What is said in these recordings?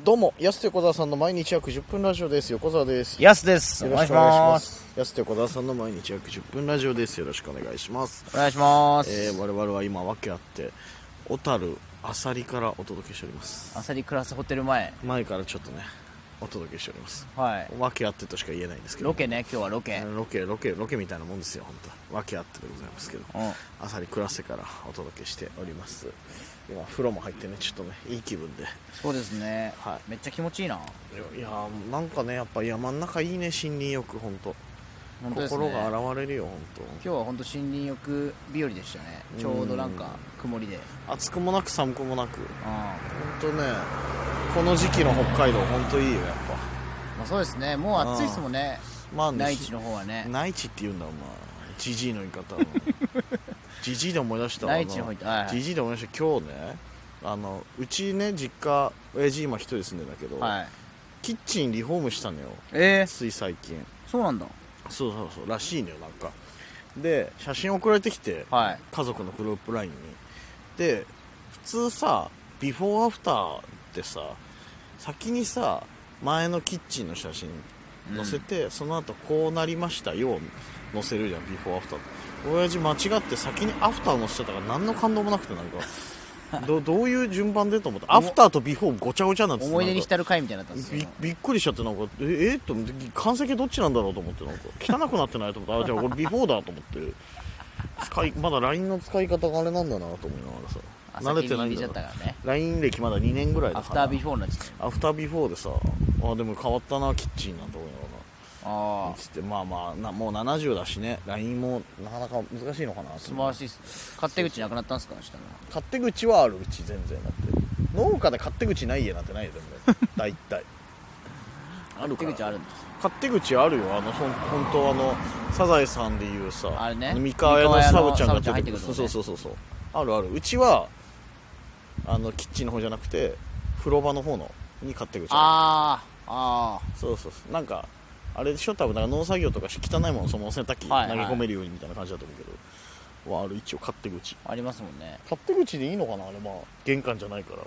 どうも、やすと横澤さんの毎日約10分ラジオです。横澤です。 やすです。 よろしくお願いします。やすと横澤さんの毎日約10分ラジオです。よろしくお願いします。 お願いします。 我々は今訳あって小樽あさりからお届けしております。 あさりクラスホテル前からちょっとねお届けしております。 はい。 訳あってとしか言えないんですけど、 ロケね、今日はロケみたいなもんですよ。本当訳あってでございますけど、あさりクラスからお届けしております。今風呂も入ってね、ちょっとねいい気分で。 そうですね、 はい、 めっちゃ気持ちいいな。 いやなんかね、やっぱ山の中いいね。森林浴、本当心が洗われるよ。本当今日は本当森林浴日和でしたね。ちょうどなんか曇りで暑くもなく寒くもなく、本当ね、この時期の北海道本当いいよ。やっぱ、 まあ、そうですね、もう暑いですもんね。 まあね、 内地の方はね。 内地って言うんだ、お前ジジイの言い方ジジイで思い出した内地の方行った。 ジジイで思い出した。今日ね、うちね、実家親父今一人住んでんだけど、 はい、 キッチンリフォームしたのよ、つい最近。 そうなんだ。 そうらしいのよ。なんかで写真送られてきて、 はい、 家族のグループ LINE に。で普通さ、ビフォーアフターってさ、先にさ前のキッチンの写真載せて、その後こうなりましたよ載せるじゃん、ビフォーアフター。親父間違って先にアフター載せてたから何の感動もなくて、なんかどういう順番でと思って、アフターとビフォーごちゃごちゃになってて、 思い出に浸る回みたいになったんですよ。 びっくりしちゃって、なんかと思って、完成形どっちなんだろうと思って、なんか汚くなってないと思って、じゃあこれビフォーだと思ってまだ LINE の使い方があれなんだなと思いながらさ、慣れてないんだから、ね、LINE 歴まだ2年ぐらいだから、 アフタービフォーになっちゃった。 アフタービフォーでさ、でも変わったなキッチンなんて思いながら、もう70だしね、 LINE もなかなか難しいのかな。 素晴らしいっす。勝手口なくなったんすか。 勝手口はある。うち全然だって農家で勝手口ない家なんてないよ全然大体あるから。 勝手口あるんです。 勝手口あるよ。本当サザエさんでいうさ、 あれね、 三河屋のサブちゃんが入ってくる、ね、 そうある。うちはキッチンの方じゃなくて風呂場の方のに勝手口そうなんかあれでしょ、多分なんか農作業とか汚いものその洗濯機投げ込めるようにみたいな感じだと思うけど、ある。一応勝手口ありますもんね。 勝手口でいいのかな、あれ。玄関じゃないから。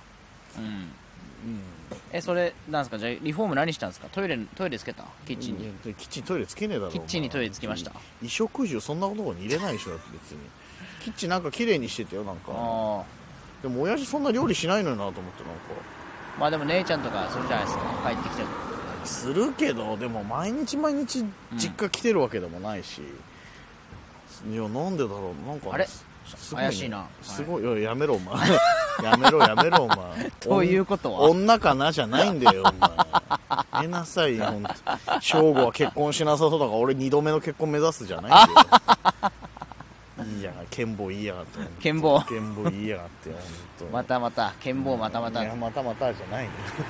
それなんですか。じゃあリフォーム何したんですか。トイレつけた。キッチンに。 キッチントイレつけねえだろ。 キッチンにトイレつきました。 衣食住そんなところに入れないでしょだって。別にキッチンなんか綺麗にしててよ。なんかでも親父そんな料理しないのよなと思って。なんかまあでも姉ちゃんとかするじゃないですか、帰ってきてる。 するけど、でも毎日実家来てるわけでもないし、いやなんでだろう。なんかあれすごい、ね、 怪しいな。 すごい。いやめろお前やめろお前ということは女かなじゃないんだよお前。寝なさいよ本当。正吾は結婚しなさそうだから俺2度目の結婚目指すじゃないんだよいいやが剣坊言いやがって。 剣坊言いやがって本当。 また剣坊またいやまたじゃないのよ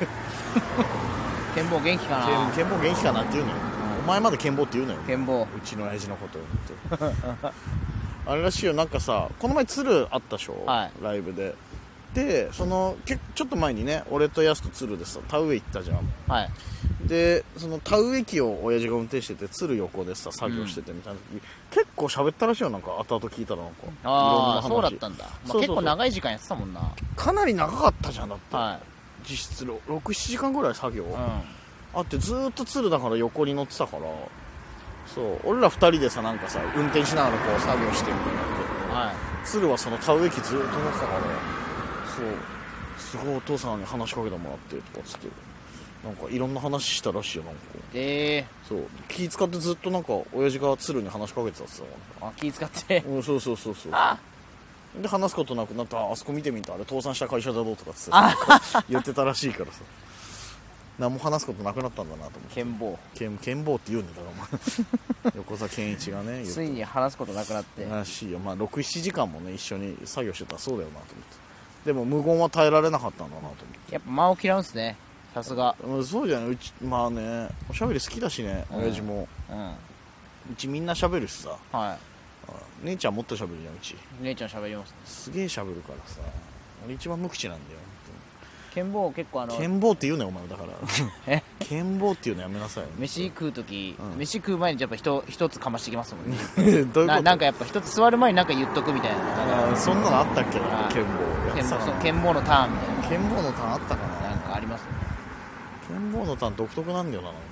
剣坊元気かな。 剣坊元気かなって言うのよ、お前まで剣坊って言うのよ。 剣坊、 うちの親父のことあれらしいよ。なんかさ、この前鶴あったでしょ、ライブで。でちょっと前にね、俺とヤスと鶴でさ田植え行ったじゃん。でその田植え機を親父が運転してて、鶴横でさ作業しててみたいな時、結構喋ったらしいよ。なんか後々聞いたら、なんかいろんな話。 そうだったんだ。結構長い時間やってたもんな。 かなり長かったじゃんだって、実質 6,7 時間ぐらい作業、あって、ずーっと鶴だから横に乗ってたから、そう俺ら2人でさ、なんかさ運転しながらこう作業してみたいなって、鶴はその田植え機ずーっと乗ってたから、そうすごいお父さんに話しかけてもらってとかつって、なんかいろんな話したらしいよ。なんかそう気使ってずっとなんか親父が鶴に話しかけてたっつってた。 気使って、 そうで話すことなくなった。あそこ見てみた、あれ倒産した会社だろうとかつって言ってたらしいからさ、何も話すことなくなったんだなと思って。剣坊って言うんだからお前横澤健一がねついに話すことなくなってらしいよ。6,7 時間もね一緒に作業してたらそうだよなと思って。でも無言は耐えられなかったんだなと思って。 やっぱ間を嫌うんすね、さすが。 そうじゃない。うちねおしゃべり好きだしね、親父も。うちみんなしゃべるしさ。姉ちゃんもっとしゃべるじゃん。うち姉ちゃんしゃべりますね。 すげえしゃべるからさ、俺一番無口なんだよ。 剣坊結構剣坊って言うねお前だから剣坊って言うのやめなさいよ。 飯食う時、飯食う前にやっぱ一つかましてきますもんねどういうこと。 なんかやっぱ一つ座る前になんか言っとくみたいな。 そんなのあったっけな。剣坊剣坊のターンみたいな。 剣坊のターンあったかな。 なんかありますね。 剣坊のターン独特なんだよな、なんか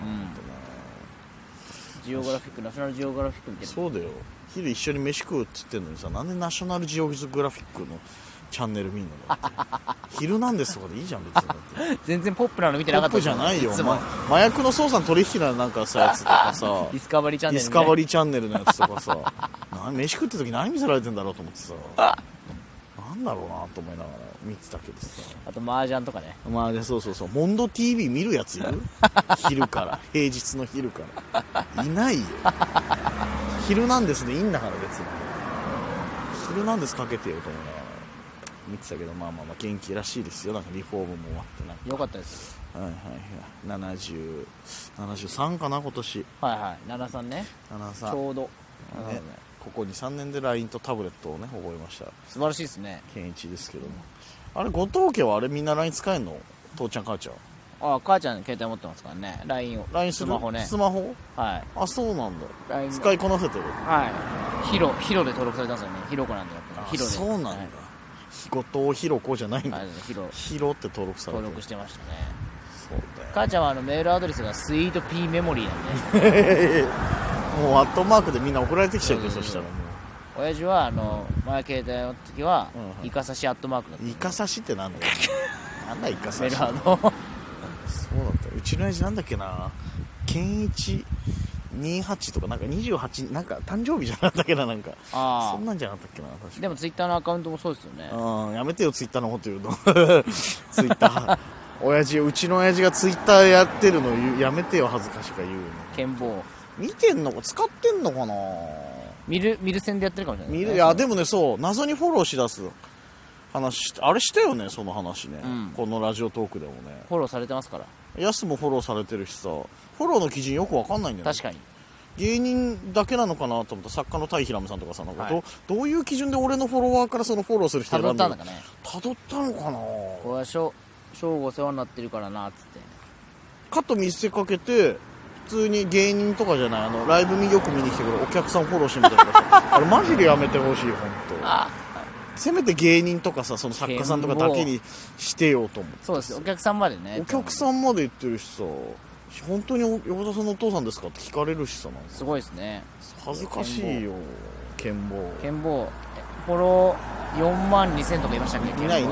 ジオグラフィック、ナショナルジオグラフィックみたいな。 そうだよ、昼一緒に飯食うっつってんのにさ、なんでナショナルジオグラフィックのチャンネル見んのだってヒルナンデスとかでいいじゃん別にだって全然ポップなの見てなかったポップじゃないよ、 いつも麻薬の捜査の取引のなんかさやつとかさディスカバリーチャンネル、ね、 ディスカバリーチャンネルのやつとかさ飯食ってる時何見せられてんだろうと思ってさなんだろうなと思いながら見てたけどさ、 あと麻雀とかね。 まあそうそうそう、モンド TV 見るやついる昼から平日の昼からいないよ。ヒルナンデスでいいんだから別にヒルナンデスかけてよと思いながら見てたけど、まあ元気らしいですよ。なんかリフォームも終わってなんかよかったです。 はいはいはい、73かな今年。 はいはい、73ね。 73 ちょうど、 ね、ここ 2,3 年で LINE とタブレットをね覚えました。 素晴らしいですね。 健一ですけども、あれ後藤家はあれみんな LINE 使えんの？父ちゃん母ちゃん。 ああ、母ちゃん携帯持ってますからね、 LINE を。 LINE するスマホね。 スマホ。 はい。 あ、そうなんだ。 LINE 使いこなせてる。 はい。ヒロで登録されたんですよね。ヒロコなんでやってる。ヒロで。 そうなんだ、 はい、 後藤ひろ子じゃないんだ、 はい、ヒロひろって登録されてる。 登録してましたね。 そうだよ。 母ちゃんはメールアドレスがスイートピーメモリーなんでもうアットマークでみんな送られてきちゃうけど、 そうそうそうそしたらも親父は前携帯の時は、 うんイカサシアットマークだった。 うイカサシってなんだよなんだイカサメシ。 ールアドそうだった。うちの親父なんだっけな、健一28とかなんか28なんか誕生日じゃなかったっけな、なんかあそんなんじゃなかったっけな確か。 でもツイッターのアカウントもそうですよね。 やめてよツイッターのこと言うのツイッターうちの親父がツイッターやってるのやめてよ、恥ずかしか言うの。 剣棒見てんのか使ってんのかな。 見る線でやってるかもしれないですね、 いやでもね、そう謎にフォローしだす話あれしたよね、その話ね、このラジオトークでもね。 フォローされてますから。 ヤスもフォローされてるしさ、フォローの基準よくわかんないんだよね。 確かに芸人だけなのかなと思った。作家のタイヒラムさんとかさ、なんかはい、 どういう基準で俺のフォロワーからそのフォローする人辿選んでるったんだかね。 辿ったのかな。 これは翔吾お世話になってるからなっつってかと見せかけて普通に芸人とかじゃないライブよく見に来てくるお客さんフォローしてみたりとかさあれマジでやめてほしい本当。せめて芸人とかさ、その作家さんとかだけにしてよと思って。 そうですお客さんまでね。 お客さんまで言ってるしさ、本当に横田さんのお父さんですかって聞かれるしさ、なんかすごいですね。 恥ずかしいよ。剣棒フォロー4万2000とかいましたっけ。 いない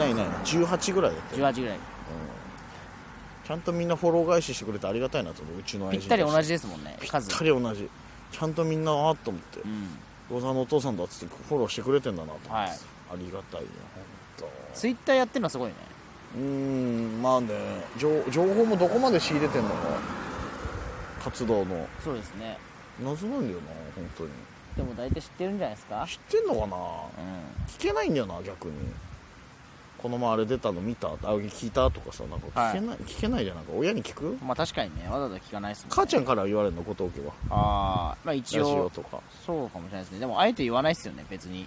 18ぐらいだったよ。 18ぐらいちゃんとみんなフォロー返ししてくれてありがたいなと思う。うちの親父ぴったり同じですもんね、数。 ぴったり同じ。ちゃんとみんなと思って横田さんのお父さんだっつってフォローしてくれてんだなと思って、 はい、 ありがたいよ本当。 ツイッターやってるのはすごいね。 まあね、情報もどこまで仕入れてんのか、活動の。 そうですね。 謎なんだよな本当に。 でも大体知ってるんじゃないですか。 知ってんのかな、聞けないんだよな逆に。この前あれ出たの見た聞いたとかさ、なんか聞けないじゃん。なんか親に聞く。 まあ確かにね、わざわざ聞かないですもんね。 母ちゃんから言われるの後藤家は。 まあ一応ラジオとかそうかもしれないですね。でもあえて言わないですよね別に。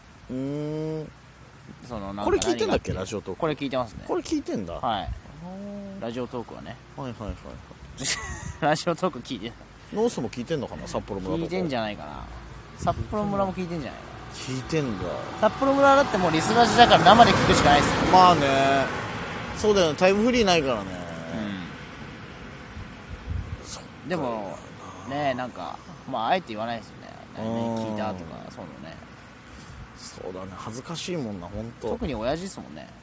なんかこれ聞いてんだっけラジオトーク。 これ聞いてますね。 これ聞いてんだ。 はいラジオトークはね。 はいラジオトーク聞いてノースも聞いてんのかな。札幌村とか聞いてんじゃないかな。札幌村も聞いてんじゃないかな。 聞いてんだ。 札幌村だってもうリスラジだから生で聞くしかないですよ。 まあね、そうだよね、タイムフリーないからね。 でもね、なんかまああえて言わないですよね。聞いたとかそういうのね。 そうだね、恥ずかしいもんな本当。 特に親父ですもんね。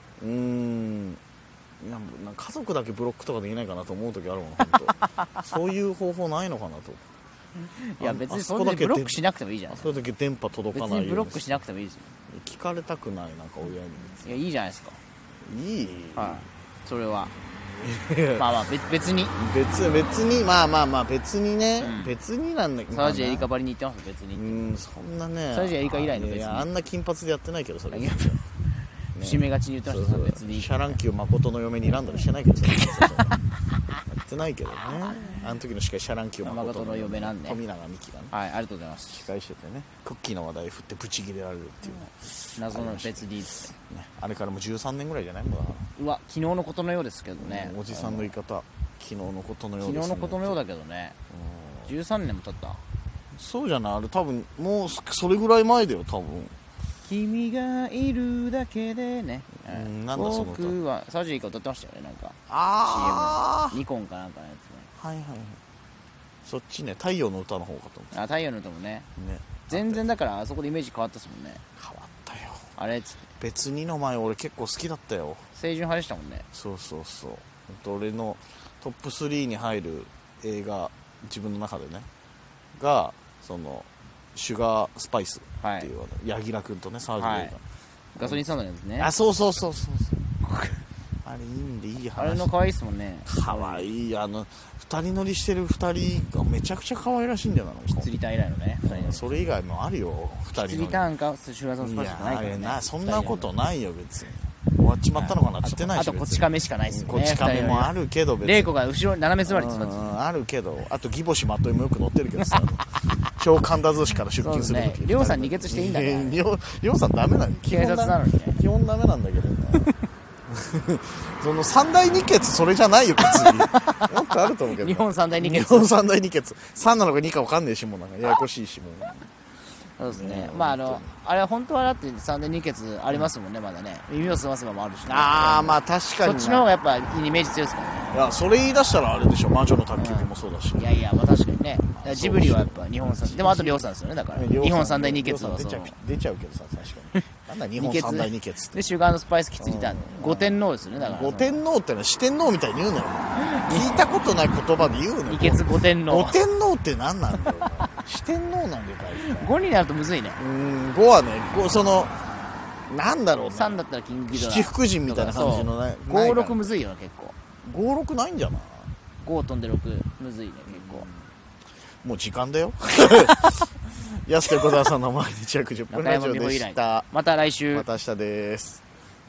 なんか家族だけブロックとかできないかなと思う時あるもん本当。そういう方法ないのかなと。 いや別にそんなにブロックしなくてもいいじゃん。 そういう時電波届かないように。 別にブロックしなくてもいいですよ。 聞かれたくない、なんか親に。 いやいいじゃないですか。 いい。 それはまあ別にまあ別にね、別になんだけど。 サージエリカばりに言ってます別に。 そんなね。 サージエリカ以来の別に。 いやあんな金髪でやってないけどそれ。 節目がちに言ってました別に。 シャランキュー誠の嫁に選んだりしてないけどさ。やってないけどね。あの時の司会シャランキュー誠の嫁なんで。 富永美樹がね。 はい、ありがとうございます。 司会しててね、クッキーの話題振ってブチ切れられるっていう謎の別にですね。あれからもう13年ぐらいじゃないもん。 うわ、昨日のことのようですけどね。 おじさんの言い方、昨日のことのようですね。 昨日のことのようだけどね。13年も経った。 そうじゃない。あれ多分もうそれぐらい前だよ多分。 君がいるだけでね。 なんだその歌。 僕はサージェリカ歌ってましたよね、なんかあ CM ニコンかなんかのやつね。 はいはいはい。そっちね、太陽の歌の方かと思っあ、太陽の歌もね、 てね。 全然だからあそこでイメージ変わったっすもんね。 変わったよ。 あれっつって別にの前俺結構好きだったよ。 清純派でしたもんね。 そうそうそう。俺のトップ3に入る映画、自分の中でね、がそのシュガースパイスっていう、柳楽君とね、サージェリカ、 ガソリンスタンドのやつね。 あ、そうそうそうそうあれいいんで、いい話。 あれの可愛いっすもんね。 可愛い。二人乗りしてる二人がめちゃくちゃ可愛らしいんだよな。 釣りターン以来のね、2人のそれ以外もあるよ、二人乗り。 釣りターンかシュガースパイスじゃないからね。 そんなことないよ別に。終わっちまったのかなって言ってないし。 あとこち亀しかないっすよね。 こち亀もあるけど別に。 玲子が後ろ斜め座りって言ってた。 あるけど、あと義母子まといもよく乗ってるけどさ、超神田寿司から出勤するとき。 りょうさん二血していいんだね。 りょうさんダメなの。 警察なのにね。 基本ダメなんだけどね。その三大二血それじゃないよ別に。もっとあると思うけど。 日本三大二血。 日本三大二血。3なのか2か分かんねえし、もうなんかややこしいしもう。 そうですね。まああれは本当はだって三大二血ありますもんね、まだね。耳をすませばもあるしね。 ああ、まあ確かに。 そっちの方がやっぱイメージ強いですからね。 いや、それ言い出したらあれでしょ、魔女の宅急便もそうだし。 いやいや、まあ確かにね。ジブリはやっぱ日本三、でもあとりょうさんですよね、だから。日本三大二血は出ちゃうけどさ、確かに。なんだ日本三大二血って。 で、シュガーのスパイスキツリターン。五天王ですよね、だから。 五天王ってのは四天王みたいに言うのよ。聞いたことない言葉で言うのよ。 二血五天王。 五天王って何なんだよ。四天王なんだよ、 5になるとむずいね。 5はね、その、なんだろうね。 3だったらキングギドラ。 七福神みたいな感じのね。 5、6むずいよな、結構。 5、6ないんじゃない？ 5飛んで6むずいね、結構。 もう時間だよ。安手小沢さんの毎日約10分ラジオでした。 また来週。 また明日です。